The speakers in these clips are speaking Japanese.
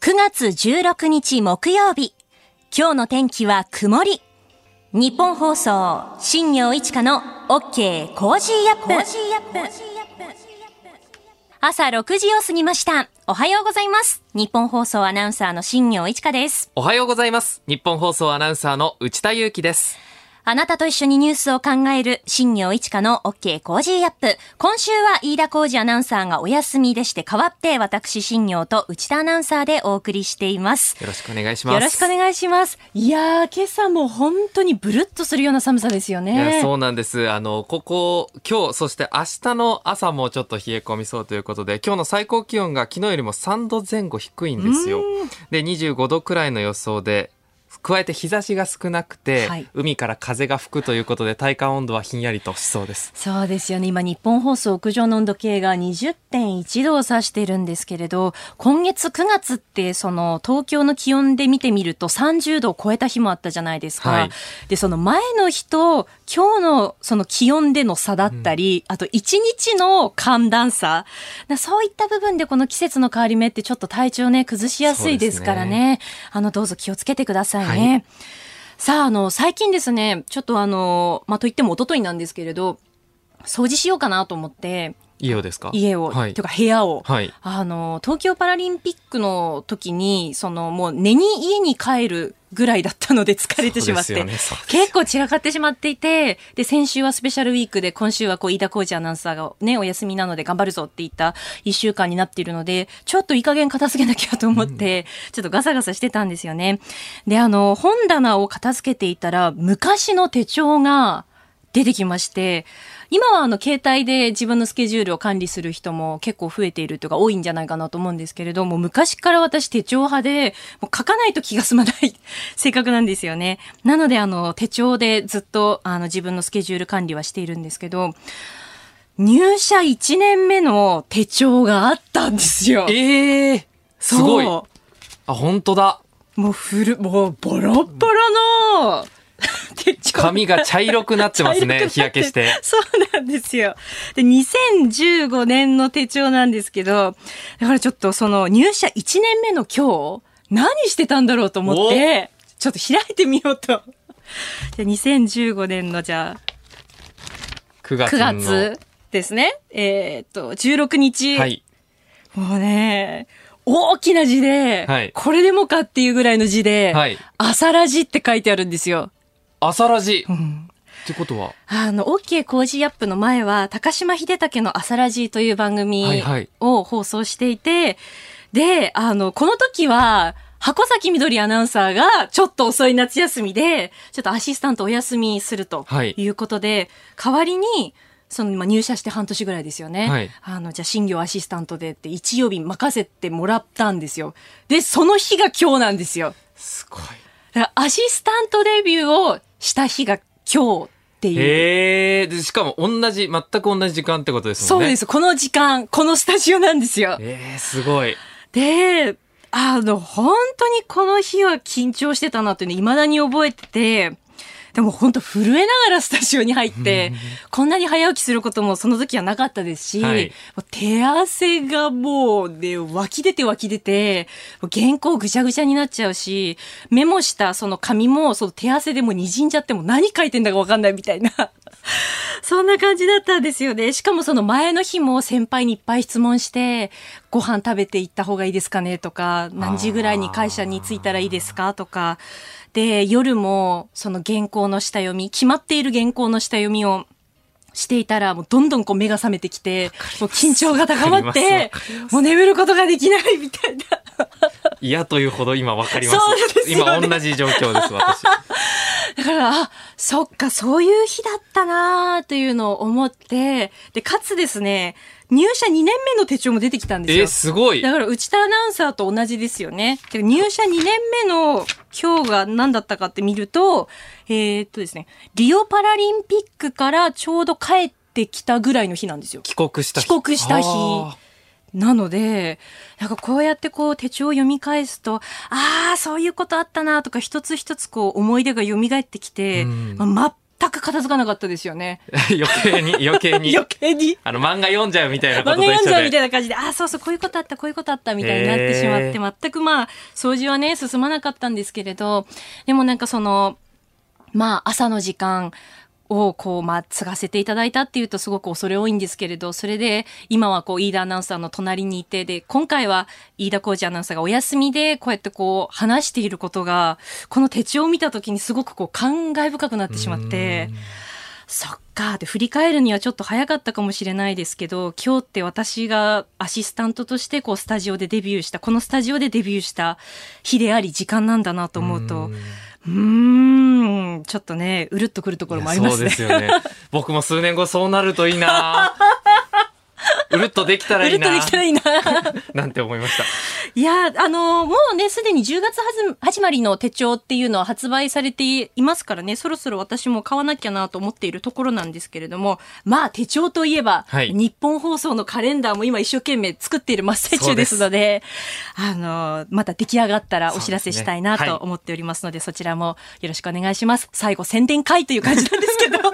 9月16日木曜日。今日の天気は曇り。日本放送、新業一華の OK コージーアップ。朝6時を過ぎました。おはようございます。日本放送アナウンサーの新業一華です。 おはようございます。日本放送アナウンサーの内田裕樹です。 あなたと一緒にニュースを考える新業一華の OK コージーアップ。今週は飯田浩二アナウンサーがお休みでして、代わって私新業と内田アナウンサーでお送りしています。 よろしくお願いします。 よろしくお願いします。いやー、今朝も本当にブルッとするような寒さですよね。 いや、そうなんです。今日そして明日の朝もちょっと冷え込みそうということで、今日の最高気温が昨日よりも3度前後低いんですよ。で、25度くらいの予想で、加えて日差しが少なくて、はい、海から風が吹くということで体感温度はひんやりとしそうです。 そうですよね。今日本放送屋上の温度計が 20.1 度を指しているんですけれど、今月9月ってその東京の気温で見てみると30度を超えた日もあったじゃないですか、はい、でその前の日と今日のその気温での差だったり、あと1日の寒暖差、そういった部分でこの季節の変わり目ってちょっと体調ね崩しやすいですからね。どうぞ気をつけてくださいね。はい、さあ、最近ですね、ちょっとといっても一昨日なんですけれど、掃除しようかなと思って、 家をですか？ 家を、 はい、 というか部屋を、 はい、 東京パラリンピックの時に、もう寝に家に帰るぐらいだったので疲れてしまって、結構散らかってしまっていて、で、先週はスペシャルウィークで、今週は飯田浩二アナウンサーがね、お休みなので頑張るぞって言った1週間になっているので、ちょっといい加減片付けなきゃと思って、ちょっとガサガサしてたんですよね。で、本棚を片付けていたら、昔の手帳が出てきまして、今は携帯で自分のスケジュールを管理する人も結構増えているというか多いんじゃないかなと思うんですけれども、昔から私手帳派で、もう書かないと気が済まない性格なんですよね。なので手帳でずっと自分のスケジュール管理はしているんですけど、入社1年目の手帳があったんですよ。 すごい。あ、本当だ。 もうボロボロの髪が茶色くなってますね。日焼けして。 そうなんですよ。で、2015年の手帳なんですけど、だからちょっとその入社1年目の今日、何してたんだろうと思って、ちょっと開いてみようと。じゃあ2015年の9月ですね。16日。はい。もうね、大きな字で、はい、これでもかっていうぐらいの字で、はい、朝ラジって書いてあるんですよ。 朝ラジ、ってことは OK コージーアップの前は高島秀武の朝ラジという番組を放送していて、はいはい、でこの時は箱崎みどりアナウンサーがちょっと遅い夏休みでちょっとアシスタントお休みするということで、はい、代わりに入社して半年ぐらいですよね。はい、じゃあ新業アシスタントでって1曜日任せてもらったんですよ。でその日が今日なんですよ。 すごい。 だからアシスタントデビューをした日が今日っていう。 でしかも全く同じ時間ってことですもんね。 そうです。この時間、このスタジオなんですよ。 すごい。 で、本当にこの日は緊張してたなってね、未だに覚えてて、でも本当震えながらスタジオに入って、こんなに早起きすることもその時はなかったですし、はい、手汗がもうね、湧き出て、原稿ぐちゃぐちゃになっちゃうし、メモしたその紙もその手汗でも滲んじゃっても何書いてんだかわかんないみたいな。そんな感じだったんですよね。しかもその前の日も先輩にいっぱい質問して、ご飯食べて行った方がいいですかねとか、何時ぐらいに会社に着いたらいいですかとか、で、夜もその原稿の下読み、決まっている原稿の下読みをしていたら、もうどんどん目が覚めてきて、もう緊張が高まって、もう眠ることができないみたいな。 嫌というほど今わかります。 そうですよね。 今同じ状況です、私。 だから、そっか、そういう日だったなというのを思って、で、かつですね、入社2年目の手帳も出てきたんですよ。 すごい。 だから、内田アナウンサーと同じですよね。入社2年目の今日が何だったかって見ると、ですね、リオパラリンピックからちょうど帰ってきたぐらいの日なんですよ。 帰国した日。なので、なんかこうやって手帳を読み返すと、そういうことあったなとか一つ一つ思い出が蘇ってきて、真っく片付かなかったですよね。 余計に余計に漫画読んじゃうみたいなことと漫画一緒で。 読んじゃうみたいな感じで、そうそう、こういうことあったみたいになってしまって、全く掃除はね、進まなかったんですけれど、でも朝の時間を継がせていただいたっていうとすごく恐れ多いんですけれど、それで今は飯田アナウンサーの隣にいて、で、今回は飯田浩二アナウンサーがお休みでこうやって話していることが、この手帳を見た時にすごく感慨深くなってしまって、そっかって振り返るにはちょっと早かったかもしれないですけど、今日って私がアシスタントとしてこのスタジオでデビューした日であり時間なんだなと思うと、ちょっとね、うるっとくるところもありますね。 そうですよね。僕も数年後そうなるといいな。うるっとできたらいいな。なんて思いました。 いや、もうね、すでに10月始まりの手帳っていうのは発売されていますからね、そろそろ私も買わなきゃなと思っているところなんですけれども、手帳といえば、日本放送のカレンダーも今一生懸命作っている真っ最中ですので、また出来上がったらお知らせしたいなと思っておりますので、そちらもよろしくお願いします。最後宣伝会という感じなんですけど。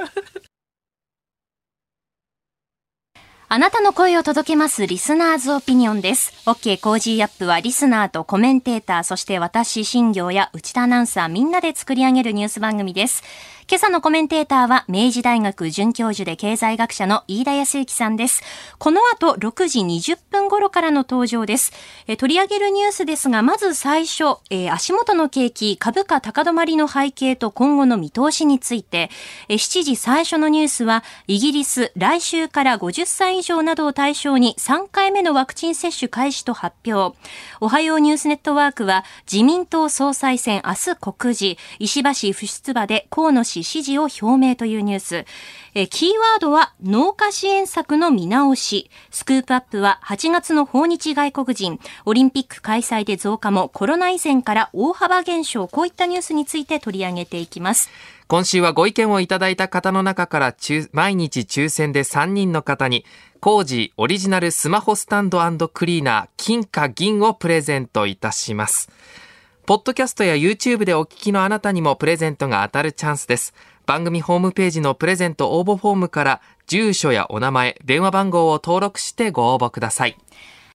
あなたの声を届けますリスナーズオピニオンです。OK コージーアップはリスナーとコメンテーター、そして私新業や内田アナウンサーみんなで作り上げるニュース番組です。今朝のコメンテーターは明治大学准教授で経済学者の飯田康之さんです。この後6時20分頃からの登場です。取り上げるニュースですが、まず最初、足元の景気、株価高止まりの背景と今後の見通しについて、7時最初のニュースはイギリス来週から50歳以上などを対象に3回目のワクチン接種開始と発表。おはようニュースネットワークは自民党総裁選明日告示、石破氏不出馬で河野氏支持を表明というニュース。キーワードは農家支援策の見直し。スクープアップは8月の訪日外国人、オリンピック開催で増加もコロナ以前から大幅減少、こういったニュースについて取り上げていきます。 今週はご意見をいただいた方の中から毎日抽選で3人の方にコージーオリジナルスマホスタンド&クリーナー金貨銀をプレゼントいたします。ポッドキャストや YouTube でお聞きのあなたにもプレゼントが当たるチャンスです。番組ホームページのプレゼント応募フォームから住所やお名前、電話番号を登録してご応募ください。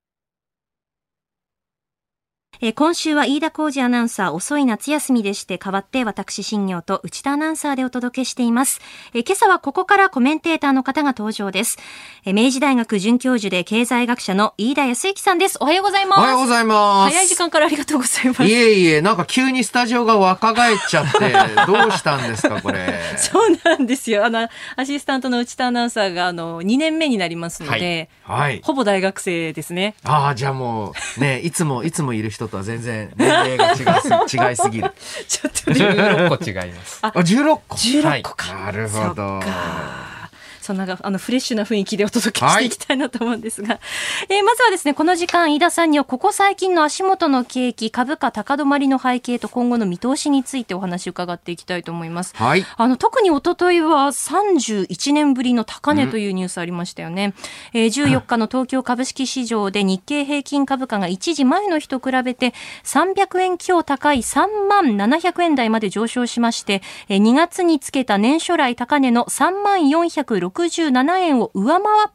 今週は飯田浩二アナウンサー遅い夏休みでして、代わって私新業と内田アナウンサーでお届けしています。今朝はここからコメンテーターの方が登場です。明治大学准教授で経済学者の飯田康之さんです。おはようございます。 おはようございます。 早い時間からありがとうございます。 いえいえ、なんか急にスタジオが若返っちゃってどうしたんですかこれ。 そうなんですよ。アシスタントの内田アナウンサーが2年目になりますので、ほぼ大学生ですね。 じゃあもうね、いつもいる人とは全然年齢が違いすぎる。 ちょっと 16個違います。 16個。 16個か。 なるほど。 そんなフレッシュな雰囲気でお届けしていきたいなと思うんですが、まずはですね、この時間飯田さんにはここ最近の足元の景気、株価高止まりの背景と今後の見通しについてお話を伺っていきたいと思います。特に一昨日は31年ぶりの高値というニュースありましたよね。14日の東京株式市場で日経平均株価が一時前の日と比べて300円強高い3万700円台まで上昇しまして、2月につけた年初来高値の3万467円を上回って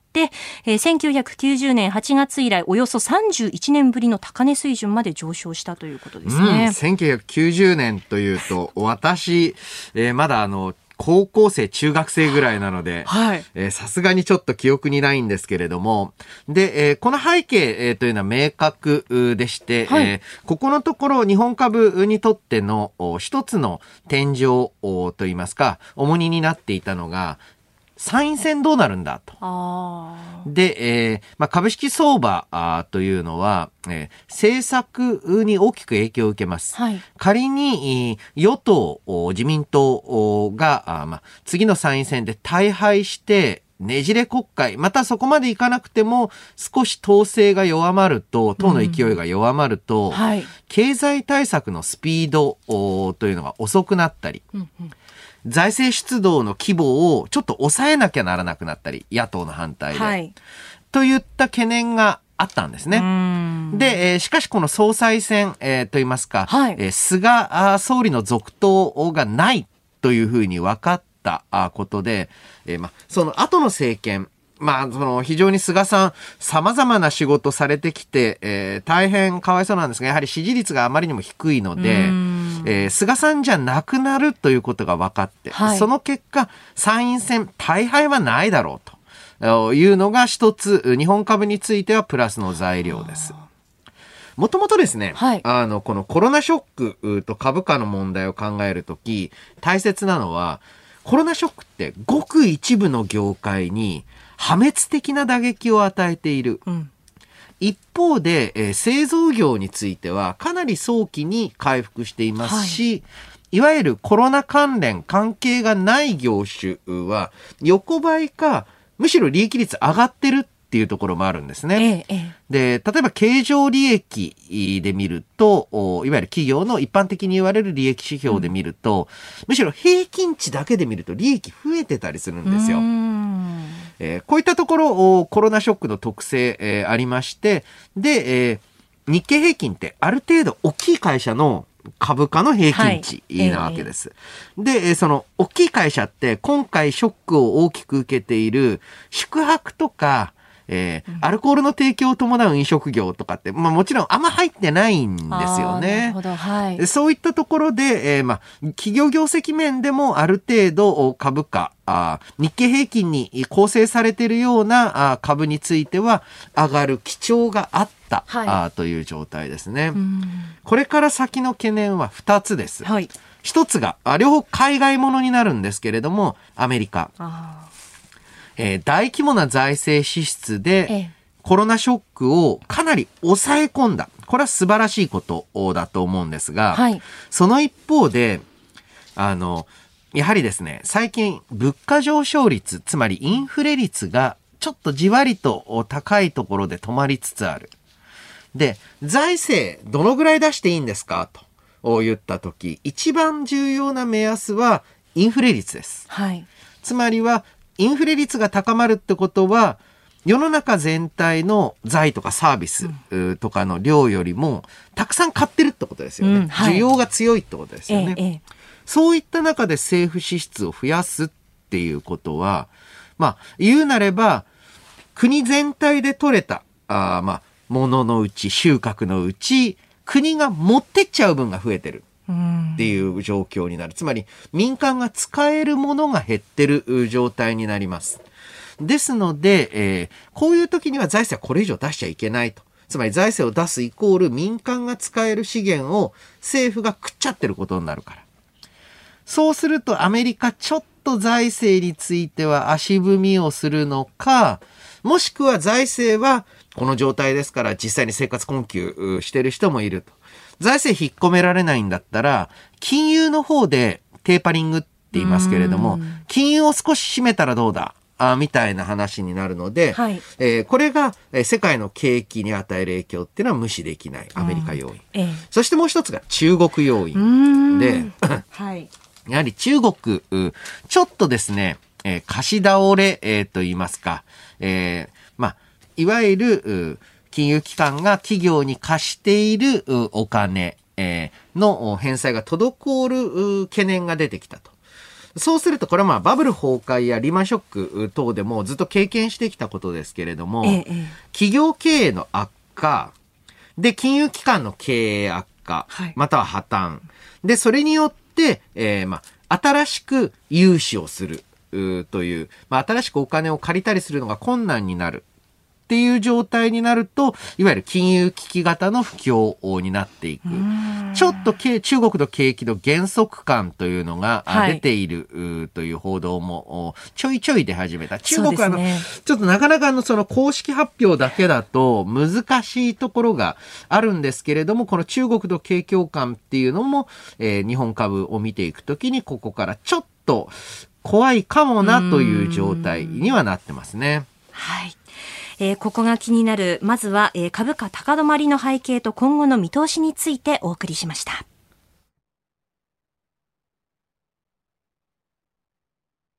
、1990年8月以来およそ31年ぶりの高値水準まで上昇したということですね。 1990年というと私、まだ高校生中学生ぐらいなのでさすがにちょっと記憶にないんですけれども、で、この背景、というのは明確でして、ここのところ日本株にとっての一つの天井といいますか重荷になっていたのが参院選どうなるんだと。で、株式相場というのは、政策に大きく影響を受けます。仮に与党自民党が次の参院選で大敗してねじれ国会、またそこまでいかなくても少し統制が弱まると、党の勢いが弱まると、経済対策のスピードというのが遅くなったり、財政出動の規模をちょっと抑えなきゃならなくなったり、野党の反対で、といった懸念があったんですね。で、しかしこの総裁選、といいますか、菅総理の続投がないというふうに分かっったことで、その後の政権、その非常に菅さん様々な仕事されてきて、大変かわいそうなんですが、やはり支持率があまりにも低いので、菅さんじゃなくなるということが分かって、はい、その結果参院選大敗はないだろうというのが一つ日本株についてはプラスの材料です。もともとですね、はい、このコロナショックと株価の問題を考えるとき大切なのは、コロナショックってごく一部の業界に破滅的な打撃を与えている。一方で、製造業についてはかなり早期に回復していますし、いわゆるコロナ関連関係がない業種は横ばいかむしろ利益率上がってるっていうところもあるんですね。で、例えば経常利益で見ると、いわゆる企業の一般的に言われる利益指標で見ると、むしろ平均値だけで見ると利益増えてたりするんですよ。こういったところコロナショックの特性、ありまして、で、日経平均ってある程度大きい会社の株価の平均値なわけです。で、その大きい会社って今回ショックを大きく受けている宿泊とか、アルコールの提供を伴う飲食業とかって、もちろんあんま入ってないんですよね。なるほど、はい。そういったところで、企業業績面でもある程度株価、日経平均に構成されているような株については上がる基調があった、はい、という状態ですね。これから先の懸念は2つです。はい、1つが両方海外ものになるんですけれども、アメリカ。大規模な財政支出でコロナショックをかなり抑え込んだ。これは素晴らしいことだと思うんですが、はい、その一方で、やはりですね、最近物価上昇率、つまりインフレ率がちょっとじわりと高いところで止まりつつある。で、財政どのぐらい出していいんですかと言ったとき、一番重要な目安はインフレ率です。はい、つまりはインフレ率が高まるってことは、世の中全体の財とかサービスとかの量よりもたくさん買ってるってことですよね。はい、需要が強いってことですよね。そういった中で政府支出を増やすっていうことは、言うなれば、国全体で取れた、もののうち、収穫のうち、国が持ってっちゃう分が増えてる。っていう状況になる。つまり民間が使えるものが減ってる状態になります。ですので、こういう時には財政はこれ以上出しちゃいけないと。つまり財政を出すイコール民間が使える資源を政府が食っちゃってることになるから。そうするとアメリカちょっと財政については足踏みをするのか、もしくは財政はこの状態ですから実際に生活困窮してる人もいると。財政引っ込められないんだったら、金融の方でテーパリングって言いますけれども、金融を少し締めたらどうだみたいな話になるので、はい、これが世界の景気に与える影響っていうのは無視できないアメリカ要因。そしてもう一つが中国要因で、はい、やはり中国、ちょっとですね、貸し倒れ、と言いますか、いわゆる、金融機関が企業に貸しているお金の返済が滞る懸念が出てきたと。そうするとこれはバブル崩壊やリーマンショック等でもずっと経験してきたことですけれども、企業経営の悪化で金融機関の経営悪化、または破綻で、それによって、新しく融資をするという、新しくお金を借りたりするのが困難になるっていう状態になると、いわゆる金融危機型の不況になっていく。ちょっと中国の景気の減速感というのが出ているという報道もちょいちょい出始めた。中国はちょっとなかなかその公式発表だけだと難しいところがあるんですけれども、この中国の景況感っていうのも、日本株を見ていくときにここからちょっと怖いかもなという状態にはなってますね。 はい。ここが気になる。まずは、株価高止まりの背景と今後の見通しについてお送りしました。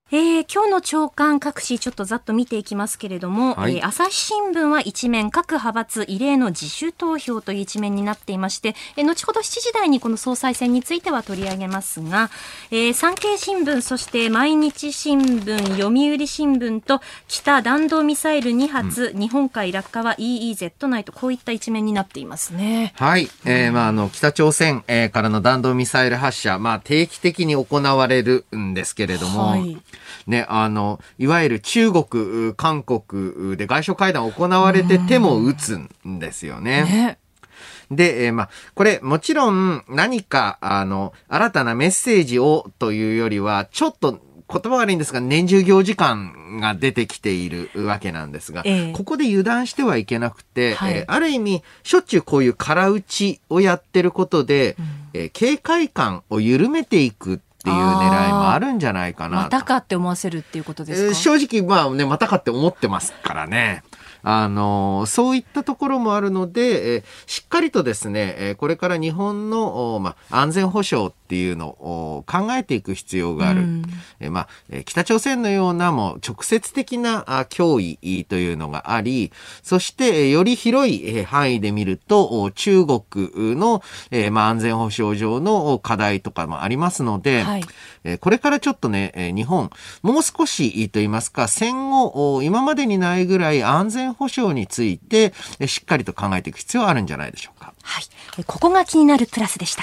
今日の朝刊各紙ちょっとざっと見ていきますけれども、はい、朝日新聞は一面各派閥異例の自主投票という一面になっていまして、後ほど7時台にこの総裁選については取り上げますが、産経新聞、そして毎日新聞、読売新聞と北弾道ミサイル2発、日本海落下は EEZ 内とこういった一面になっていますね。 はい、北朝鮮、からの弾道ミサイル発射、定期的に行われるんですけれども、はいね、いわゆる中国、韓国で外相会談行われてても撃つんですよね。で、これもちろん何か新たなメッセージをというよりはちょっと言葉悪いんですが年中行事感が出てきているわけなんですが、ここで油断してはいけなくて、はい、ある意味しょっちゅうこういう空打ちをやってることで、警戒感を緩めていくっていう狙いもあるんじゃないかなと。 またかって思わせるっていうことですか？ 正直またかって思ってますからね。そういったところもあるので、しっかりとですね、これから日本の、安全保障っていうのを考えていく必要がある。北朝鮮のようなもう直接的な脅威というのがあり、そしてより広い範囲で見ると中国の、安全保障上の課題とかもありますので、はい、これからちょっとね、日本もう少しと言いますか、戦後今までにないぐらい安全保障についてしっかりと考えていく必要はあるんじゃないでしょうか。 はい、ここが気になるプラスでした。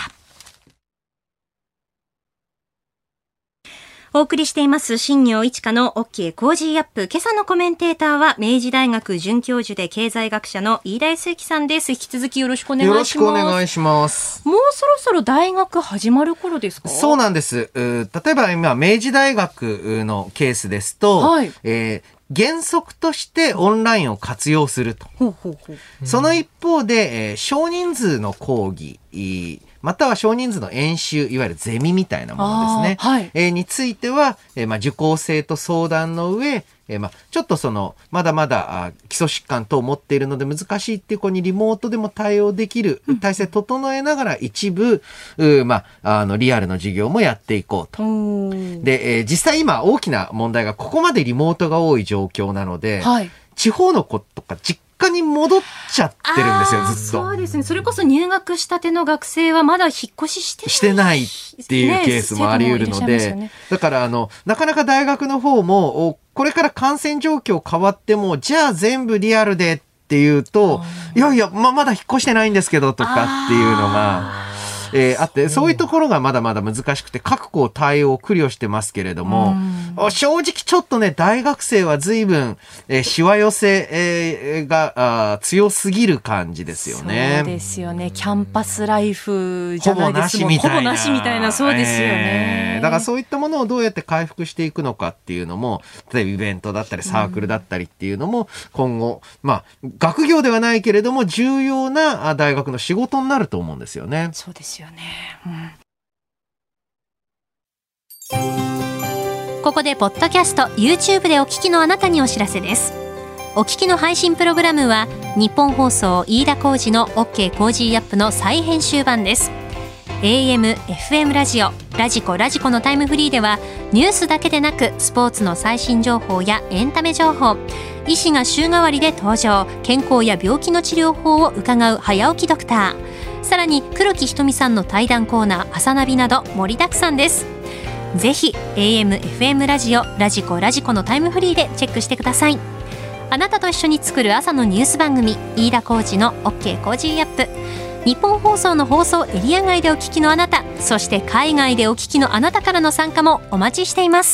お送りしています新業一華の OK コージーアップ。今朝のコメンテーターは明治大学准教授で経済学者の飯田康之さんです。引き続きよろしくお願いします。 よろしくお願いします。 もうそろそろ大学始まる頃ですか？ そうなんです。例えば今明治大学のケースですと、はい、原則としてオンラインを活用すると。その一方で、少人数の講義、または少人数の演習、いわゆるゼミみたいなものですね。はい、については、受講生と相談の上、ちょっとまだまだ基礎疾患等を持っているので難しいっていう子にリモートでも対応できる体制整えながら一部、リアルの授業もやっていこうと。で、実際今大きな問題がここまでリモートが多い状況なので、はい、地方の子とか実家に戻っちゃってるんですよ、ずっと。 そうですね。それこそ入学したての学生はまだ引っ越ししてないっていうケースもあり得るので、だからなかなか大学の方もこれから感染状況変わってもじゃあ全部リアルでっていうと、いやいや、まだ引っ越してないんですけどとかっていうのがあって、そういうところがまだまだ難しくて各校対応を苦慮してますけれども、正直ちょっとね、大学生は随分、しわ寄せ、が強すぎる感じですよね。 そうですよね。キャンパスライフじゃないですか。ほぼなしみたいな。そうですよね。 だからそういったものをどうやって回復していくのかっていうのも、例えばイベントだったりサークルだったりっていうのも今後、学業ではないけれども重要な大学の仕事になると思うんですよね。 そうですよね。ここでポッドキャスト YouTube でお聞きのあなたにお知らせです。お聞きの配信プログラムは日本放送飯田浩司の OK コージーアップの再編集版です。 AM、FM ラジオ、ラジコのタイムフリーではニュースだけでなくスポーツの最新情報やエンタメ情報、医師が週替わりで登場、健康や病気の治療法を伺う早起きドクター、さらに黒木ひとみさんの対談コーナー朝ナビなど盛りだくさんです。ぜひ AM、FM ラジオ、ラジコのタイムフリーでチェックしてください。あなたと一緒に作る朝のニュース番組、飯田浩司の OK コージーアップ。日本放送の放送エリア外でお聞きのあなた、そして海外でお聞きのあなたからの参加もお待ちしています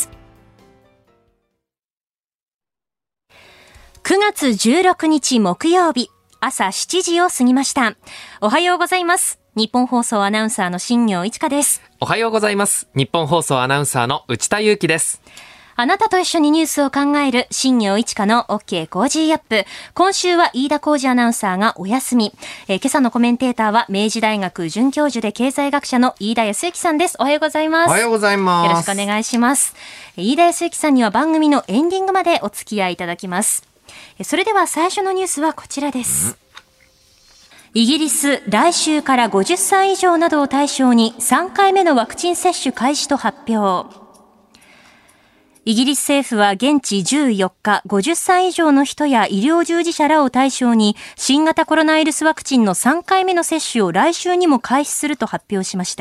。9月16日木曜日、朝7時を過ぎました。おはようございます。日本放送アナウンサーの新業一華です。 おはようございます。日本放送アナウンサーの内田裕樹です。 あなたと一緒にニュースを考える新業一華の OK コージーアップ。今週は飯田浩司アナウンサーがお休み。今朝のコメンテーターは明治大学准教授で経済学者の飯田康之さんです。おはようございます。 おはようございます。 よろしくお願いします。飯田康之さんには番組のエンディングまでお付き合いいただきます。それでは最初のニュースはこちらです。イギリス、来週から50歳以上などを対象に3回目のワクチン接種開始と発表。 イギリス政府は現地14日、50歳以上の人や医療従事者らを対象に新型コロナウイルスワクチンの3回目の接種を来週にも開始すると発表しました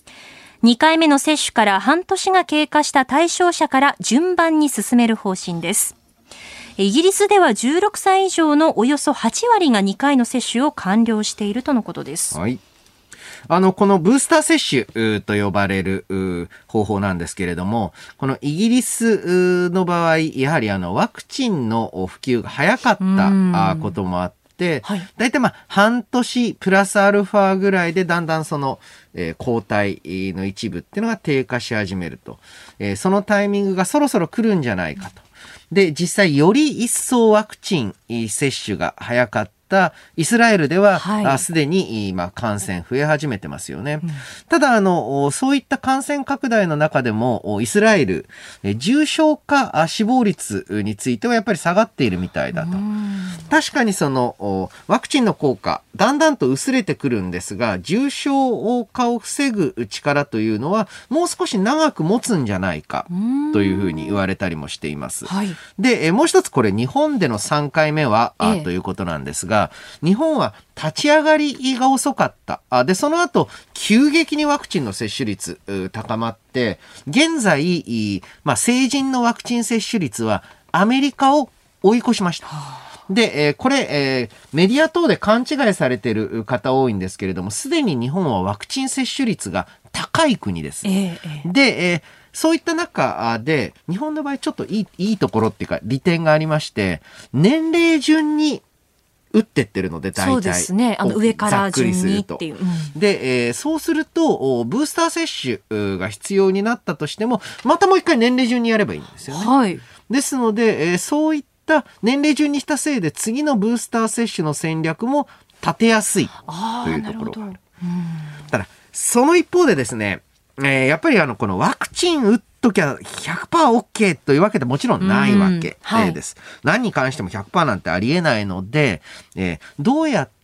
。2回目の接種から半年が経過した対象者から順番に進める方針です。イギリスでは16歳以上のおよそ8割が2回の接種を完了しているとのことです。 はい。このブースター接種と呼ばれる方法なんですけれども、このイギリスの場合、やはりワクチンの普及が早かったこともあって、だいたい半年プラスアルファぐらいでだんだんその、抗体の一部っていうのが低下し始めると。そのタイミングがそろそろ来るんじゃないかと。で、実際より一層ワクチン接種が早かったイスラエルではすでに今感染増え始めてますよね。ただそういった感染拡大の中でもイスラエル重症化死亡率についてはやっぱり下がっているみたいだと。確かにそのワクチンの効果だんだんと薄れてくるんですが、重症化を防ぐ力というのはもう少し長く持つんじゃないかというふうに言われたりもしています。で、もう一つこれ日本での3回目はということなんですが、日本は立ち上がりが遅かった。で、その後、急激にワクチンの接種率高まって、現在、成人のワクチン接種率はアメリカを追い越しました。で、これ、メディア等で勘違いされている方多いんですけれども、すでに日本はワクチン接種率が高い国です。で、そういった中で、日本の場合ちょっといいところっていうか利点がありまして、年齢順に打ってってるので、大体。 そうですね。上から順にっていう。 で、そうすると、ブースター接種が必要になったとしても、またもう一回年齢順にやればいいんですよね。ですので、そういった年齢順にしたせいで、次のブースター接種の戦略も立てやすいというところがある。ただ、その一方でですね、やっぱりこのワクチン打っときゃ 100%OK というわけでもちろんないわけです。何に関しても 100% なんてありえないので、どうやって、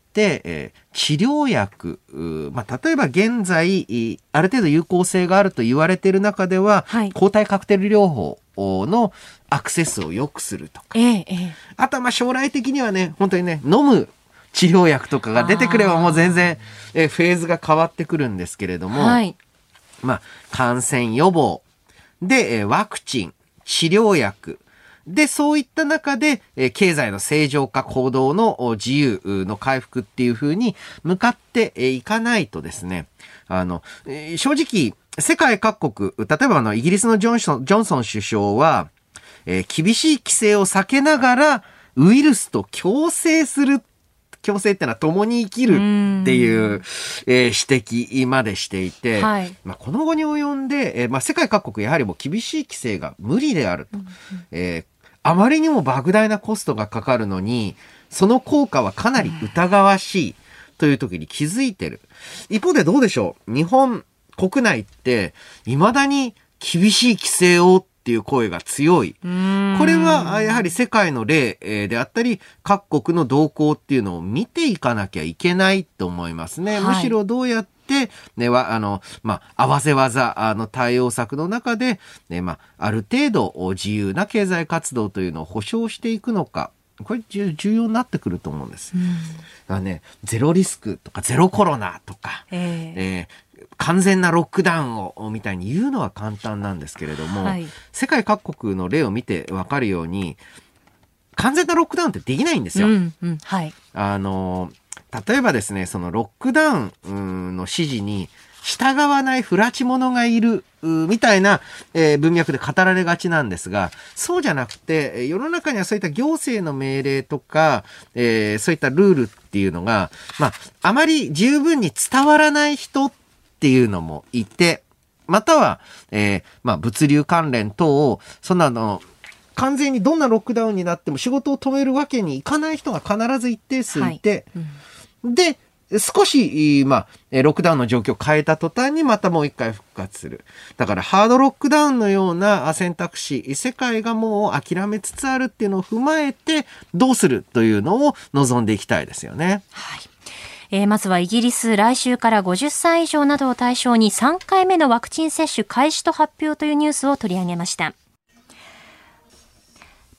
治療薬、例えば現在ある程度有効性があると言われている中では、抗体カクテル療法のアクセスを良くするとか、あとは将来的にはね、本当にね、飲む治療薬とかが出てくればもう全然フェーズが変わってくるんですけれども、感染予防で、ワクチン、治療薬で、そういった中で、経済の正常化、行動の自由の回復っていう風に向かっていかないとですね、正直世界各国、例えばイギリスのジョンソン首相は、厳しい規制を避けながらウイルスと共生ってのは共に生きるっていう、指摘までしていて、この後に及んで、世界各国やはりもう厳しい規制が無理であると、あまりにも莫大なコストがかかるのに、その効果はかなり疑わしいという時に気づいてる。一方でどうでしょう、日本国内って未だに厳しい規制をっていう声が強い。これはやはり世界の例であったり各国の動向っていうのを見ていかなきゃいけないと思いますね。むしろどうやってね、合わせ技の対応策の中で、ある程度自由な経済活動というのを保障していくのか。これ重要になってくると思うんです。だからね、ゼロリスクとかゼロコロナとか、完全なロックダウンをみたいに言うのは簡単なんですけれども、世界各国の例を見て分かるように完全なロックダウンってできないんですよ。例えばですね、そのロックダウンの指示に従わない不埒者がいるみたいな文脈で語られがちなんですが、そうじゃなくて世の中にはそういった行政の命令とか、そういったルールっていうのが、あまり十分に伝わらない人っていうのもいて、または、物流関連等をそんな完全にどんなロックダウンになっても仕事を止めるわけにいかない人が必ず一定数いて、で少し、ロックダウンの状況を変えた途端にまたもう一回復活する。だからハードロックダウンのような選択肢、世界がもう諦めつつあるっていうのを踏まえてどうするというのを望んでいきたいですよね。 まずはイギリス、来週から50歳以上などを対象に3回目のワクチン接種開始と発表というニュースを取り上げました。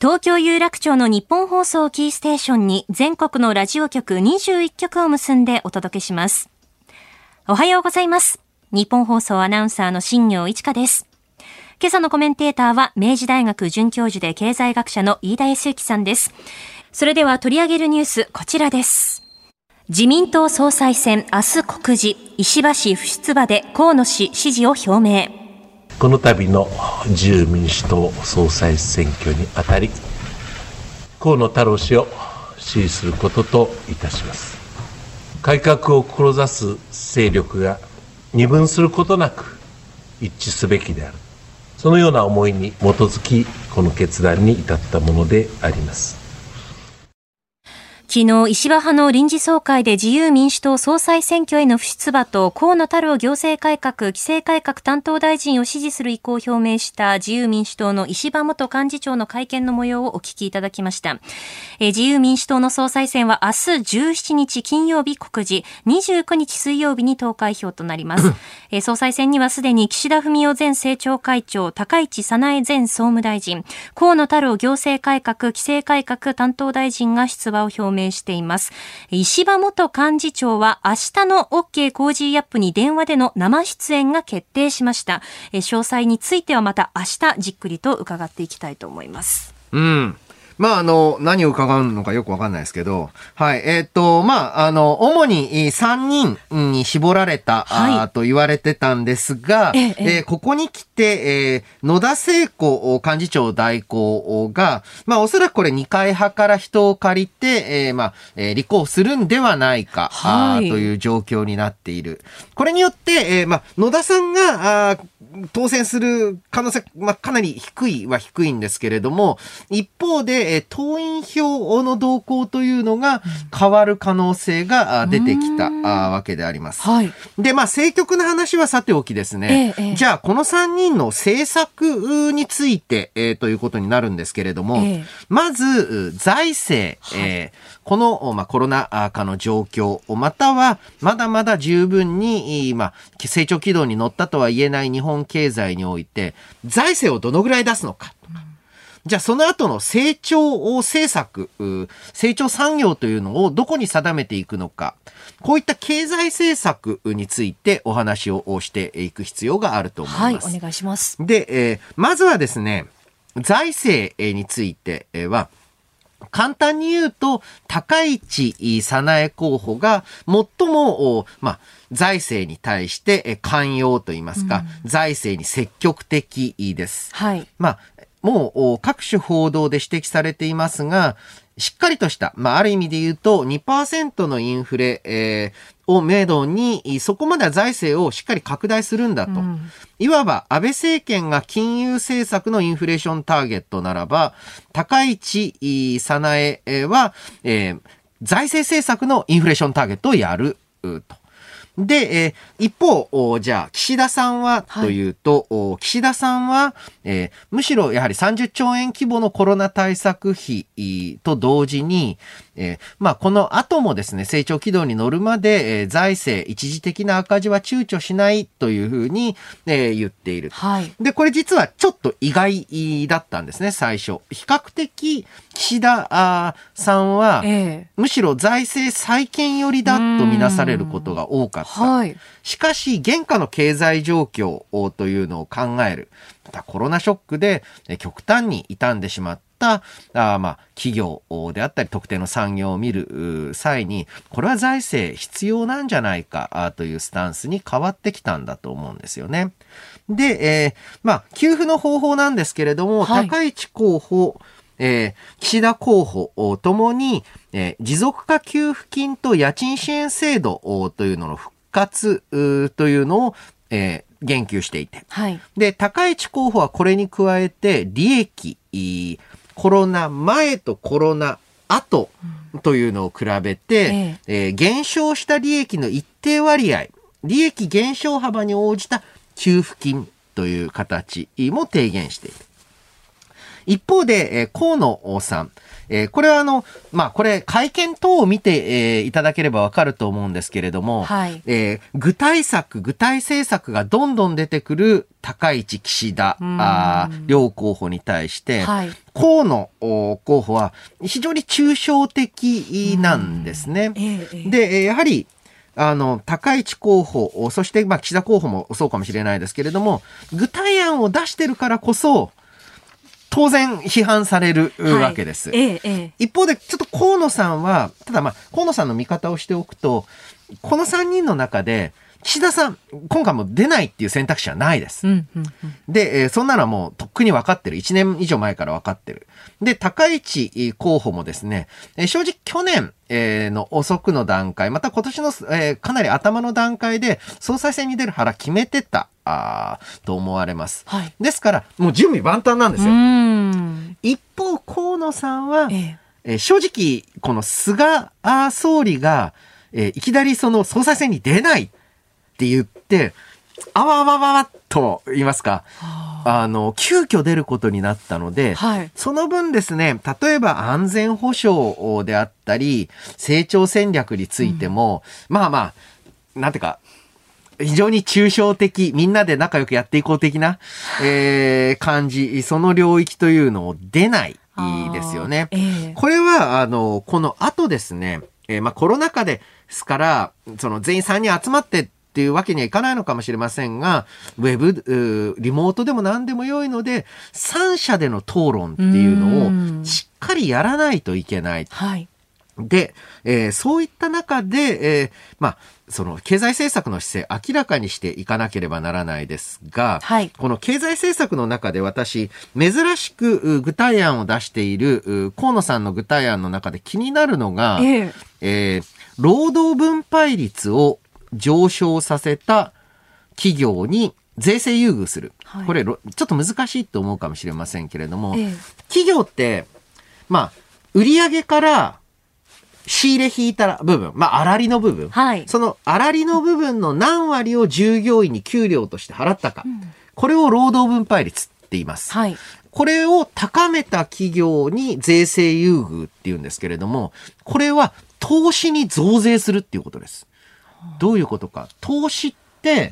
東京有楽町の日本放送キーステーションに全国のラジオ局21局を結んでお届けします。おはようございます。日本放送アナウンサーの新業一華です。今朝のコメンテーターは明治大学准教授で経済学者の飯田康之さんです。それでは取り上げるニュース、こちらです。自民党総裁選明日告示、石破氏不出馬で河野氏支持を表明。 この度の自由民主党総裁選挙にあたり、河野太郎氏を支持することといたします。改革を志す勢力が二分することなく一致すべきである。そのような思いに基づき、この決断に至ったものであります。 昨日、石破派の臨時総会で自由民主党総裁選挙への不出馬と河野太郎行政改革・規制改革担当大臣を支持する意向を表明した自由民主党の石破元幹事長の会見の模様をお聞きいただきました。自由民主党の総裁選は明日17日金曜日告示、29日水曜日に投開票となります。総裁選にはすでに岸田文雄前政調会長、高市早苗前総務大臣、河野太郎行政改革・規制改革担当大臣が出馬を表明しています。石破元幹事長は明日の OK コージーアップに電話での生出演が決定しました。詳細についてはまた明日じっくりと伺っていきたいと思います。 何を伺うのかよくわかんないですけど、はい、主に3人に絞られた、と言われてたんですが、ここに来て、野田聖子幹事長代行が、おそらくこれ二階派から人を借りて、立候補するんではないか、という状況になっている。これによって、野田さんが、当選する可能性、かなり低いんですけれども、一方で、党員票の動向というのが変わる可能性が出てきたわけであります。で、政局の話はさておきですね、じゃあこの3人の政策について、ということになるんですけれども、まず財政、この、コロナ禍の状況、またはまだまだ十分に、成長軌道に乗ったとは言えない日本経済において財政をどのぐらい出すのか。じゃあその後の成長政策、成長産業というのをどこに定めていくのか。こういった経済政策についてお話をしていく必要があると思います。 はい、お願いします。 で、まずはですね、財政については、簡単に言うと、高市早苗候補が最も、財政に対して寛容といいますか、財政に積極的です。はい。もう各種報道で指摘されていますが、しっかりとした、ある意味で言うと 2% のインフレ、をめどに、そこまでは財政をしっかり拡大するんだと。いわば安倍政権が金融政策のインフレーションターゲットならば、高市早苗は、財政政策のインフレーションターゲットをやると。で、一方、じゃあ、岸田さんはというと、岸田さんは、むしろやはり30兆円規模のコロナ対策費と同時に、この後もですね、成長軌道に乗るまで、財政、一時的な赤字は躊躇しないというふうに、言っている。で、これ実はちょっと意外だったんですね、最初。比較的、岸田さんは、むしろ財政再建寄りだとみなされることが多かった。しかし、現下の経済状況というのを考える。またコロナショックで極端に傷んでしまった企業であったり特定の産業を見る際に、これは財政必要なんじゃないかというスタンスに変わってきたんだと思うんですよね。で、給付の方法なんですけれども、高市候補、岸田候補ともに、持続化給付金と家賃支援制度というのの復活というのを、言及していて、で、高市候補はこれに加えて利益、コロナ前とコロナ後というのを比べて、減少した利益の一定割合、利益減少幅に応じた給付金という形も提言している。 一方で、河野さん。これはこれ会見等を見て、いただければわかると思うんですけれども、 はい、 具体政策がどんどん出てくる高市、岸田両候補に対して、はい、河野候補は非常に抽象的なんですね。で、やはり高市候補、そして岸田候補もそうかもしれないですけれども、具体案を出してるからこそ、当然批判されるわけです。一方で、ちょっと河野さんは、ただ河野さんの見方をしておくと、この3人の中で、岸田さん、今回も出ないっていう選択肢はないです。で、そんなのはもうとっくに分かってる。1年以上前から分かってる。で、高市候補もですね、正直去年の遅くの段階、また今年のかなり頭の段階で総裁選に出る腹決めてたと思われます。はい、ですから、もう準備万端なんですよ。一方、河野さんは、正直、この菅総理が、いきなりその総裁選に出ないって言って、あわわわわっと言いますか、急遽出ることになったので、はい、その分ですね、例えば安全保障であったり、成長戦略についても、なんていうか、非常に抽象的、みんなで仲良くやっていこう的な、感じ、その領域というのを出ないですよね。これは、この後ですね、コロナ禍ですから、その全員3人集まってっていうわけにはいかないのかもしれませんが、リモートでも何でも良いので、3者での討論っていうのをしっかりやらないといけない。はい、で、そういった中で、その経済政策の姿勢明らかにしていかなければならないですが、はい、この経済政策の中で私、珍しく具体案を出している河野さんの具体案の中で気になるのが、労働分配率を上昇させた企業に税制優遇する。はい、これ、ちょっと難しいと思うかもしれませんけれども、企業って、売上から仕入れ引いた部分、粗利の部分、はい、その粗利の部分の何割を従業員に給料として払ったか、これを労働分配率って言います。はい、これを高めた企業に税制優遇っていうんですけれども、これは投資に増税するっていうことです。どういうことか。投資って、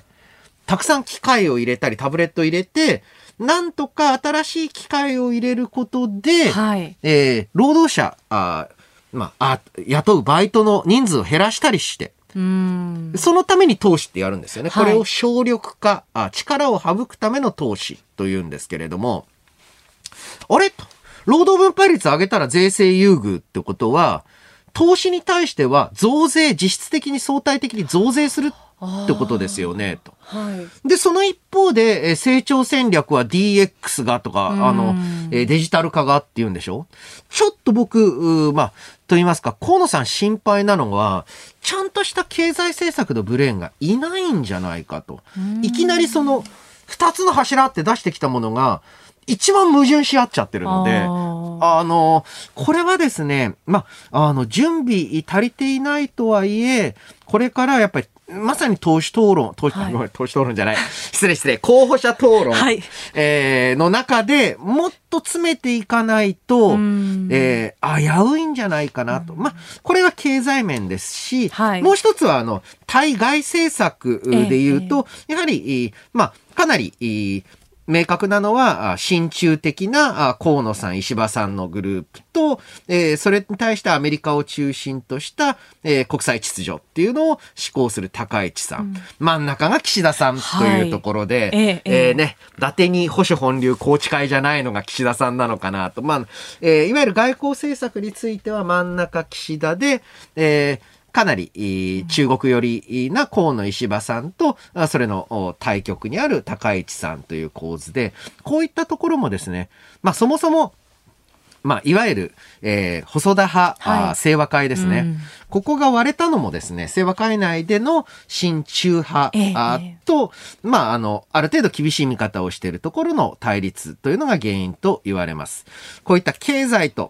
たくさん機械を入れたり、タブレットを入れて、なんとか新しい機械を入れることで、はい、労働者、雇うバイトの人数を減らしたりして、そのために投資ってやるんですよね。これを省力化、力を省くための投資というんですけれども、あれと、労働分配率上げたら税制優遇ってことは、投資に対しては増税、実質的に相対的に増税するってことですよね、と。はい、で、その一方で、成長戦略は DX がとか、デジタル化がって言うんでしょ？ちょっと僕、と言いますか、河野さん心配なのは、ちゃんとした経済政策のブレーンがいないんじゃないかと。いきなりその、二つの柱って出してきたものが、一番矛盾し合っちゃってるので、これはですね、準備足りていないとはいえ、これからやっぱり、まさに党首討論、党首討論じゃない。失礼。候補者討論、はい、の中でもっと詰めていかないと、危ういんじゃないかなと。これは経済面ですし、はい、もう一つは、対外政策で言うと、やはり、かなり、明確なのは、親中的な河野さん、石破さんのグループと、それに対してアメリカを中心とした、国際秩序っていうのを施行する高市さん。真ん中が岸田さんというところで、伊達に保守本流宏池会じゃないのが岸田さんなのかなと。いわゆる外交政策については真ん中岸田で、かなり中国寄りな河野石破さんと、それの対極にある高市さんという構図で、こういったところもですね、そもそも、いわゆる、細田派、清和会ですね、ここが割れたのもですね、清和会内での親中派、と、ある程度厳しい見方をしているところの対立というのが原因と言われます。こういった経済と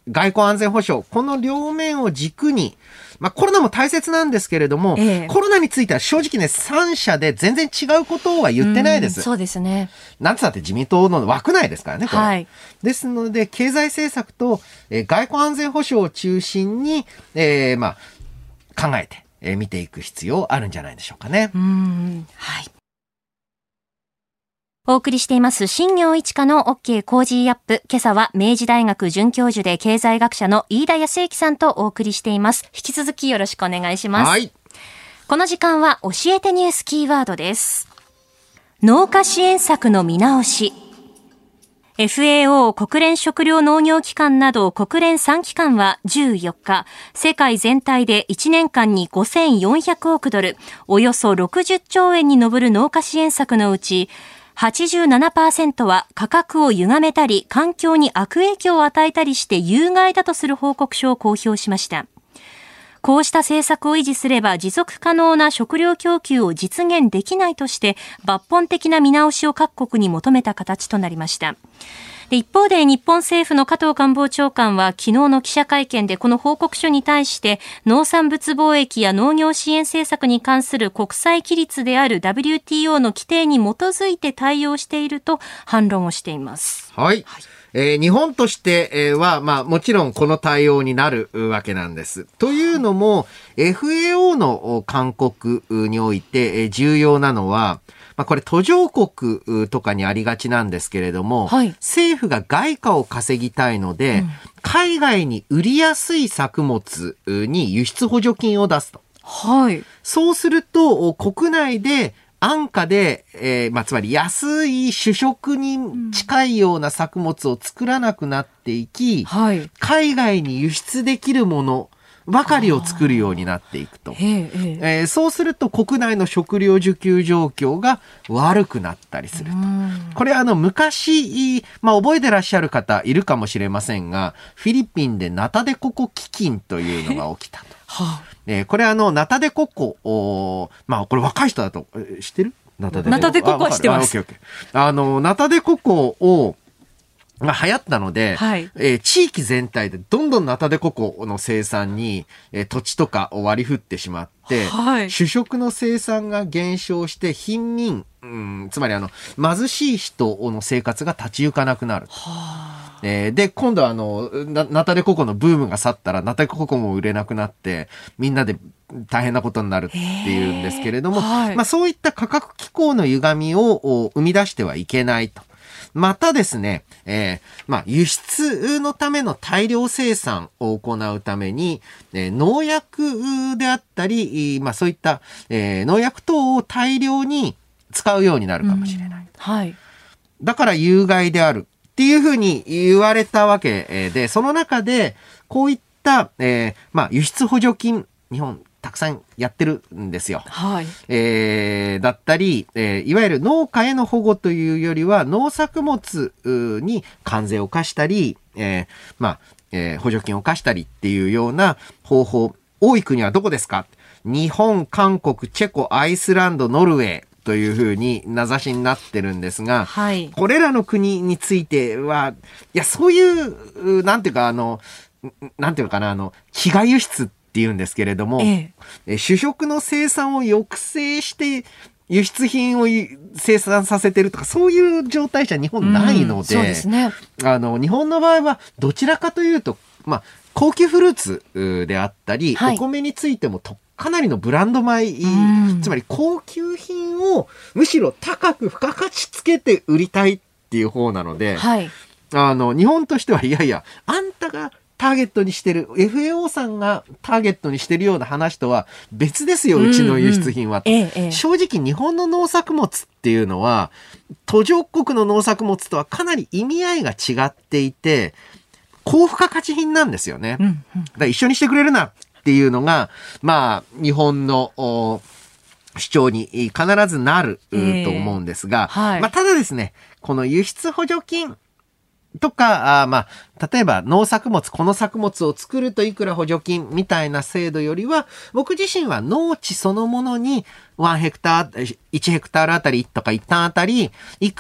外交安全保障、この両面を軸に、コロナも大切なんですけれども、コロナについては正直ね、3者で全然違うことは言ってないです。 そうですね。 なんつったって自民党の枠内ですからね、これ。 はい。 ですので、経済政策と、外交安全保障を中心に、考えて、見ていく必要あるんじゃないでしょうかね。 はい。お送りしています新業一華の OK コージーアップ。今朝は明治大学准教授で経済学者の飯田康之さんとお送りしています。引き続きよろしくお願いします。 はい。 この時間は教えてニュースキーワードです。農家支援策の見直し。FAO 国連食糧農業機関など国連3機関は14日、世界全体で1年間に5400億ドル、およそ60兆円に上る農家支援策のうち、87% は価格を歪めたり環境に悪影響を与えたりして有害だとする報告書を公表しました。こうした政策を維持すれば持続可能な食料供給を実現できないとして抜本的な見直しを各国に求めた形となりました。で、一方で日本政府の加藤官房長官は昨日の記者会見でこの報告書に対して農産物貿易や農業支援政策に関する国際規律である WTO の規定に基づいて対応していると反論をしています。 はい。日本としては、もちろんこの対応になるわけなんです。というのも、FAO の勧告において重要なのは、これ途上国とかにありがちなんですけれども、はい、政府が外貨を稼ぎたいので、海外に売りやすい作物に輸出補助金を出すと。 はい。 そうすると、国内で安価で、つまり安い主食に近いような作物を作らなくなっていき、はい、海外に輸出できるものばかりを作るようになっていくと。そうすると国内の食料需給状況が悪くなったりすると。これ昔、覚えてらっしゃる方いるかもしれませんが、フィリピンでナタデココ飢饉というのが起きたと。これナタデココ、これ若い人だと知ってる？ナタデココは知ってます。 ナタデココを流行ったので、はい、地域全体でどんどんナタデココの生産に、土地とかを割り振ってしまって、はい、主食の生産が減少して貧民、つまり貧しい人の生活が立ち行かなくなる。で、今度はナタデココのブームが去ったらナタデココも売れなくなってみんなで大変なことになるっていうんですけれども、はい、そういった価格機構の歪みを生み出してはいけないと。またですね、輸出のための大量生産を行うために、農薬であったり、そういった、農薬等を大量に使うようになるかもしれない。 はい。 だから有害であるっていうふうに言われたわけで、その中でこういった、輸出補助金、日本たくさんやってるんですよ。 はい。 だったり、いわゆる農家への保護というよりは農作物に関税を課したり、補助金を課したりっていうような方法、多い国はどこですか？日本、韓国、チェコ、アイスランド、ノルウェーというふうに名指しになってるんですが、はい、これらの国については、そういう、なんていうか、なんていうのかな、飢餓輸出っていうんですけれども、主食の生産を抑制して輸出品を生産させてるとか、そういう状態じゃ日本ないので、 そうですね。 日本の場合はどちらかというと、高級フルーツであったり、はい、お米についてもかなりのブランド米、つまり高級品をむしろ高く付加価値つけて売りたいっていう方なので、はい、日本としてはいやいや、あんたがターゲットにしてる FAO さんがターゲットにしてるような話とは別ですよ、うちの輸出品は、正直日本の農作物っていうのは途上国の農作物とはかなり意味合いが違っていて高付加価値品なんですよね、だから一緒にしてくれるなっていうのが日本の主張に必ずなると思うんですが、はい、ただですね、この輸出補助金とか、例えば農作物、この作物を作るといくら補助金みたいな制度よりは、僕自身は農地そのものに1ヘクタールあたりとか1単あたりいくらって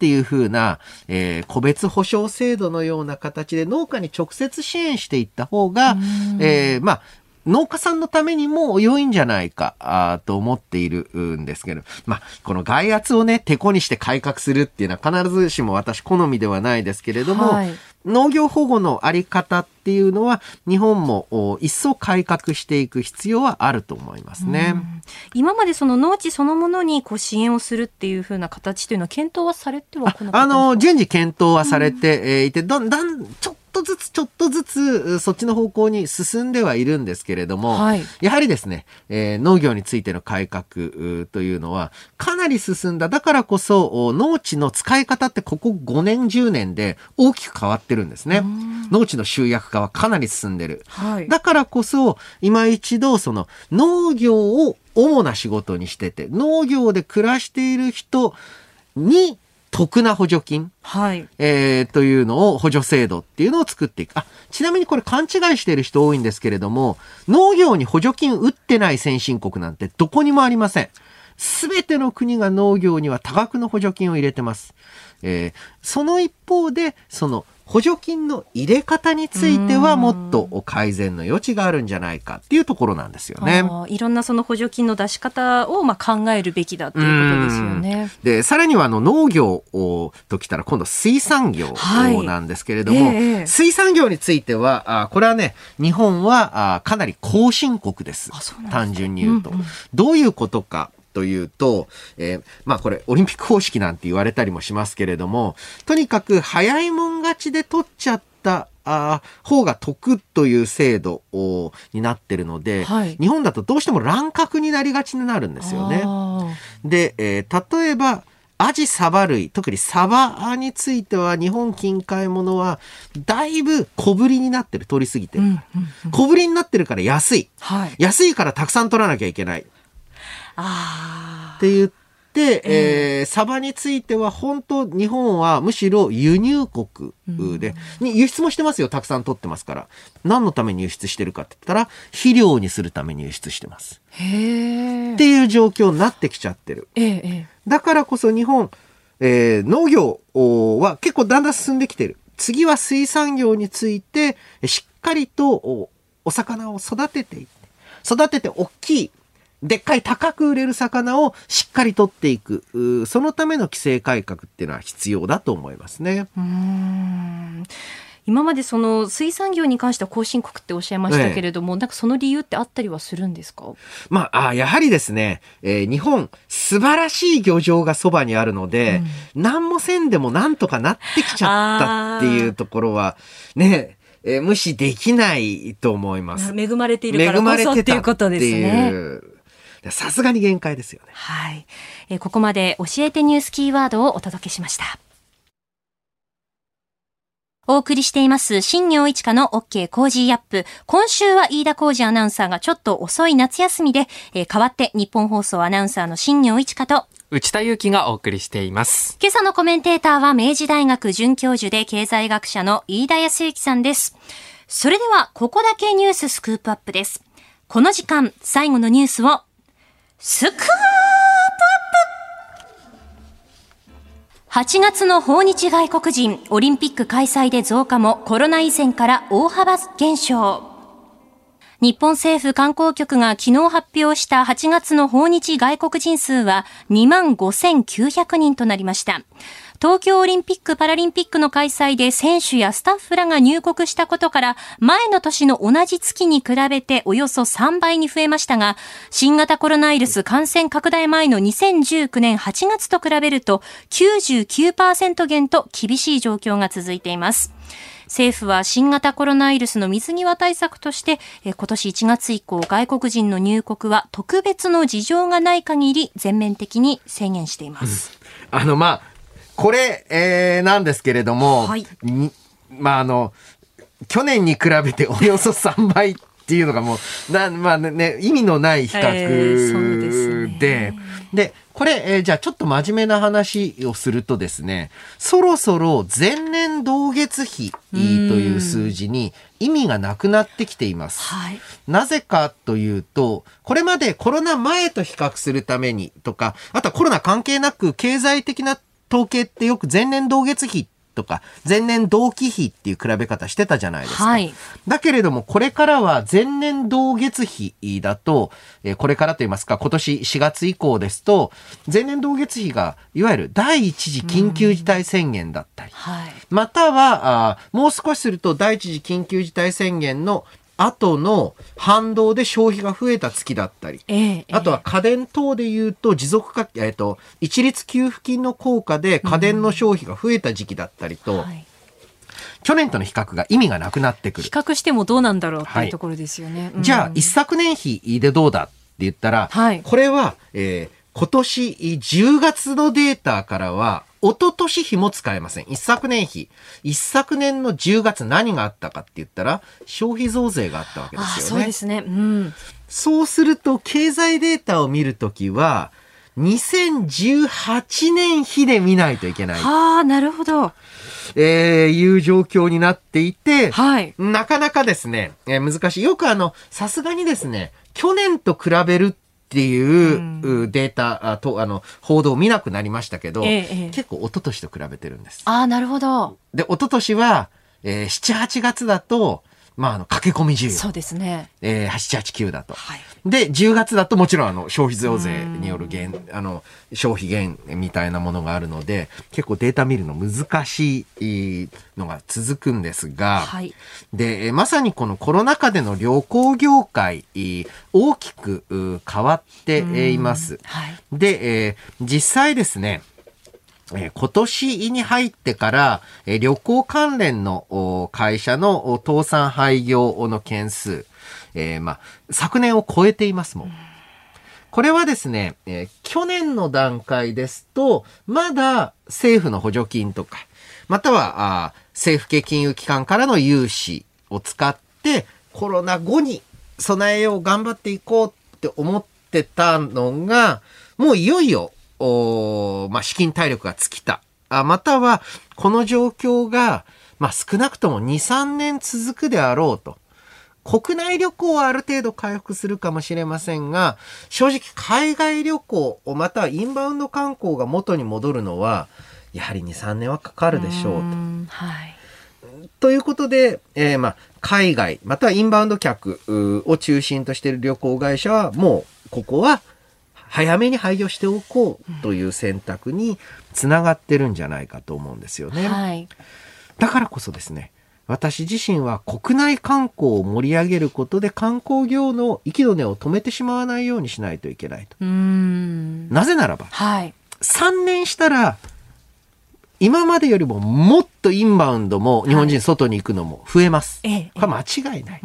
っていう風な、個別保証制度のような形で農家に直接支援していった方が、まあ農家さんのためにも良いんじゃないかと思っているんですけど、まあ、この外圧をね、てこにして改革するっていうのは必ずしも私好みではないですけれども、はい、農業保護のあり方っていうのは日本も一層改革していく必要はあると思いますね。 今までその農地そのものにこう支援をするっていう風な形というのは検討はされてはこなかったんですか？ 順次検討はされていて、ちょっとずつそっちの方向に進んではいるんですけれども、はい、やはりですね、農業についての改革というのはかなり進んだ。だからこそ農地の使い方ってここ5年10年で大きく変わってるんですね。農地の集約化はかなり進んでる。はい、だからこそ今一度その農業を主な仕事にしてて、農業で暮らしている人に得な補助金、はい、というのを補助制度っていうのを作っていく。ちなみにこれ勘違いしている人多いんですけれども、農業に補助金打ってない先進国なんてどこにもありません。すべての国が農業には多額の補助金を入れてます。その一方でその補助金の入れ方についてはもっと改善の余地があるんじゃないかっていうところなんですよね。 いろんなその補助金の出し方を考えるべきだっていうことですよね。 で、さらには農業ときたら今度水産業なんですけれども、水産業についてはこれはね、日本はかなり後進国です。単純に言うと、どういうことかというと、まあこれオリンピック方式なんて言われたりもしますけれども、とにかく早いもん勝ちで取っちゃった方が得という制度になってるので、はい、日本だとどうしても乱獲になりがちになるんですよね。で、例えばアジサバ類、特にサバについては日本近海ものはだいぶ小ぶりになってる、取りすぎてる、小ぶりになってるから安い、はい、安いからたくさん取らなきゃいけないって言って、サバについては本当日本はむしろ輸入国で、輸出もしてますよ。たくさん取ってますから。何のために輸出してるかって言ったら肥料にするために輸出してます。っていう状況になってきちゃってる。だからこそ日本、農業は結構だんだん進んできてる。次は水産業についてしっかりとお魚を育てて大きいでっかい高く売れる魚をしっかり取っていく、そのための規制改革っていうのは必要だと思いますね。 今までその水産業に関しては後進国っておっしゃいましたけれども、なんかその理由ってあったりはするんですか？ まあ、やはりですね、日本素晴らしい漁場がそばにあるので、何もせんでもなんとかなってきちゃったっていうところはね、無視できないと思います。 恵まれているからこそっていうことですね。 さすがに限界ですよね。 はい。ここまで教えてニュースキーワードをお届けしました。お送りしています新業一華の OK コージーアップ。今週は飯田浩二アナウンサーがちょっと遅い夏休みで、代わって日本放送アナウンサーの新業一華と内田裕樹がお送りしています。 今朝のコメンテーターは明治大学准教授で経済学者の飯田康之さんです。それではここだけニューススクープアップです。この時間最後のニュースをスクープアップ。8月の訪日外国人オリンピック開催で増加もコロナ以前から大幅減少。日本政府観光局が昨日発表した8月の訪日外国人数は25,900人となりました。東京オリンピック・パラリンピックの開催で選手やスタッフらが入国したことから前の年の同じ月に比べておよそ3倍に増えましたが、新型コロナウイルス感染拡大前の2019年8月と比べると 99% 減と厳しい状況が続いています。政府は新型コロナウイルスの水際対策として今年1月以降外国人の入国は特別の事情がない限り全面的に制限しています。 これ、なんですけれども、はい、去年に比べておよそ3倍っていうのがもう意味のない比較で、これ、じゃあちょっと真面目な話をするとですね、そろそろ前年同月比という数字に意味がなくなってきています。はい、なぜかというと、これまでコロナ前と比較するためにとか、あとはコロナ関係なく経済的な統計ってよく前年同月比とか前年同期比っていう比べ方してたじゃないですか。はい、だけれどもこれからは前年同月比だと、これからと言いますか今年4月以降ですと前年同月比がいわゆる第一次緊急事態宣言だったり、はい、またはもう少しすると第一次緊急事態宣言の後の反動で消費が増えた月だったり、あとは家電等でいうと持続化、一律給付金の効果で家電の消費が増えた時期だったりと、はい、去年との比較が意味がなくなってくる。 比較してもどうなんだろうっていうところですよね。 はい、じゃあ一昨年比でどうだって言ったら、はい、これは、今年10月のデータからは一昨年比も使えません。一昨年比。一昨年の10月何があったかって言ったら、消費増税があったわけですよね。 そうですね。うん。 そうすると、経済データを見るときは、2018年比で見ないといけない。 なるほど。 いう状況になっていて、 はい。 なかなかですね、難しい。よくさすがにですね、去年と比べるっていうデータと報道を見なくなりましたけど、結構一昨年と比べてるんです。 なるほど。 で、一昨年は、7、8月だと、駆け込み需要。 そうですね。 7、8、9だと。はい。で、10月だともちろん消費増税による消費減みたいなものがあるので、結構データ見るの難しいのが続くんですが、はい。で、まさにこのコロナ禍での旅行業界、大きく変わっています。はい。で、実際ですね、今年に入ってから旅行関連の会社の倒産廃業の件数、昨年を超えていますもん。これはですね、去年の段階ですとまだ政府の補助金とかまたは政府系金融機関からの融資を使ってコロナ後に備えよう頑張っていこうって思ってたのがもういよいよ資金体力が尽きた。または、この状況が、少なくとも2、3年続くであろうと。国内旅行はある程度回復するかもしれませんが、正直海外旅行、またはインバウンド観光が元に戻るのは、やはり2、3年はかかるでしょうと。 はい。 ということで、海外、またはインバウンド客を中心としている旅行会社は、もう、ここは、早めに廃業しておこうという選択につながってるんじゃないかと思うんですよね。はい、だからこそですね、私自身は国内観光を盛り上げることで観光業の息の根を止めてしまわないようにしないといけないと。なぜならば、はい、3年したら今までよりももっとインバウンドも日本人外に行くのも増えます。これは間違いない。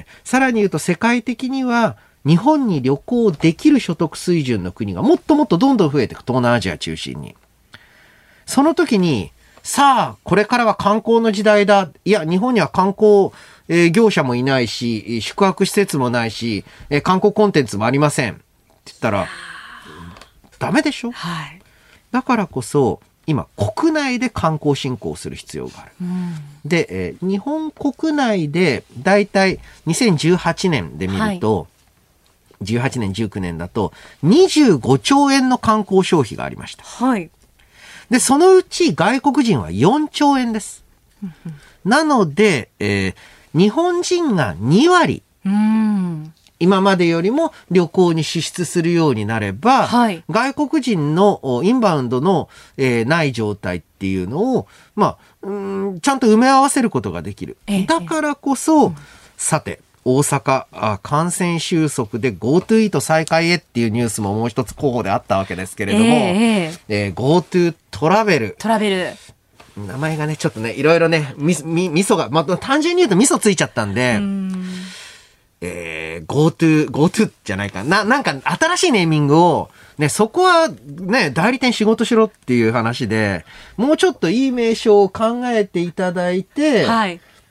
さらに言うと世界的には日本に旅行できる所得水準の国がもっともっとどんどん増えていく。東南アジア中心に。その時に、さあ、これからは観光の時代だ。いや、日本には観光、業者もいないし、宿泊施設もないし、観光コンテンツもありません。って言ったら、ダメでしょ？はい。だからこそ、今、国内で観光振興する必要がある。で、日本国内で、だいたい2018年で見ると、はい18年、19年だと25兆円の観光消費がありました。はい。で、そのうち外国人は4兆円です。なので、日本人が2割、今までよりも旅行に支出するようになれば、はい、外国人のインバウンドの、ない状態っていうのを、ちゃんと埋め合わせることができる。だからこそ、さて、大阪感染収束で GoTo イート再開へっていうニュースももう一つ候補であったわけですけれども、GoTo トラベル。名前がね、ちょっとね、いろいろね、味噌が、単純に言うと味噌ついちゃったんで、GoTo じゃないかな。なんか新しいネーミングを、ね、そこはね、代理店仕事しろっていう話で、もうちょっといい名称を考えていただいて、はい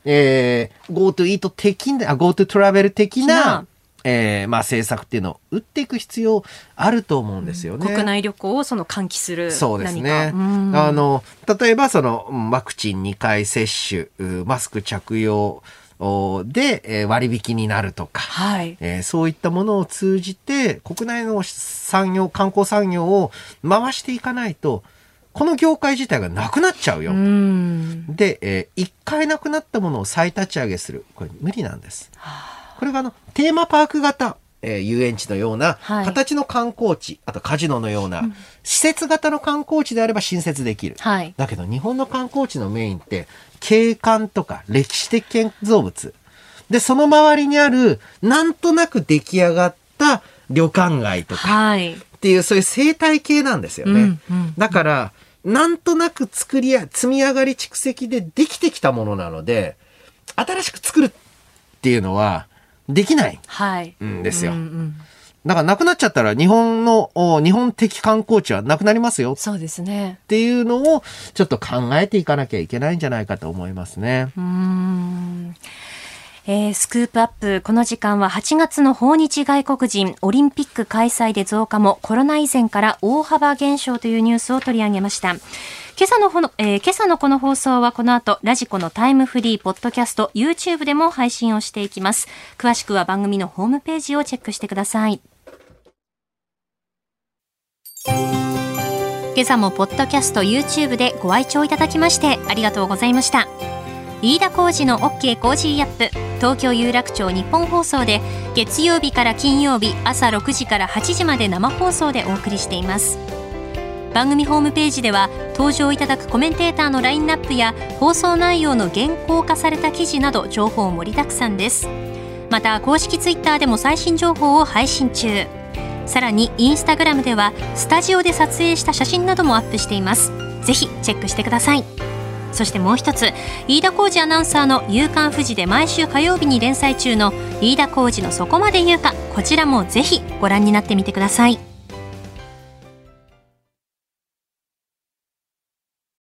。GoTo イート的な、GoTo トラベル的な、政策っていうのを打っていく必要あると思うんですよね。 国内旅行を喚起する。 そうですね。例えばワクチン2回接種、マスク着用で割引になるとか、はい、そういったものを通じて国内の観光産業を回していかないと、 この業界自体がなくなっちゃうよ。で、一回なくなったものを再立ち上げする。これ無理なんです。これがテーマパーク型、遊園地のような形の観光地、あとカジノのような施設型の観光地であれば新設できる。だけど日本の観光地のメインって景観とか歴史的建造物。で、その周りにあるなんとなく出来上がった旅館街とかっていう、そういう生態系なんですよね。だから、なんとなく積み上がり蓄積でできてきたものなので、新しく作るっていうのはできないんですよ。だからなくなっちゃったら日本的観光地はなくなりますよ。 そうですね。 っていうのをちょっと考えていかなきゃいけないんじゃないかと思いますね。 スクープアップ、この時間は8月の訪日外国人オリンピック開催で増加もコロナ以前から大幅減少というニュースを取り上げました。今朝のこの放送はこの後ラジコのタイムフリーポッドキャスト YouTube でも配信をしていきます。詳しくは番組のホームページをチェックしてください。今朝もポッドキャスト YouTube でご愛聴いただきましてありがとうございました。飯田浩司の OK コージーアップ、東京有楽町日本放送で月曜日から金曜日朝6時から8時まで生放送でお送りしています。番組ホームページでは登場いただくコメンテーターのラインナップや放送内容の原稿化された記事など情報盛りだくさんです。また公式ツイッターでも最新情報を配信中。さらにインスタグラムではスタジオで撮影した写真などもアップしています。ぜひチェックしてください。そしてもう一つ、飯田浩司アナウンサーの夕刊フジで毎週火曜日に連載中の飯田浩司のそこまで言うか、こちらもぜひご覧になってみてください。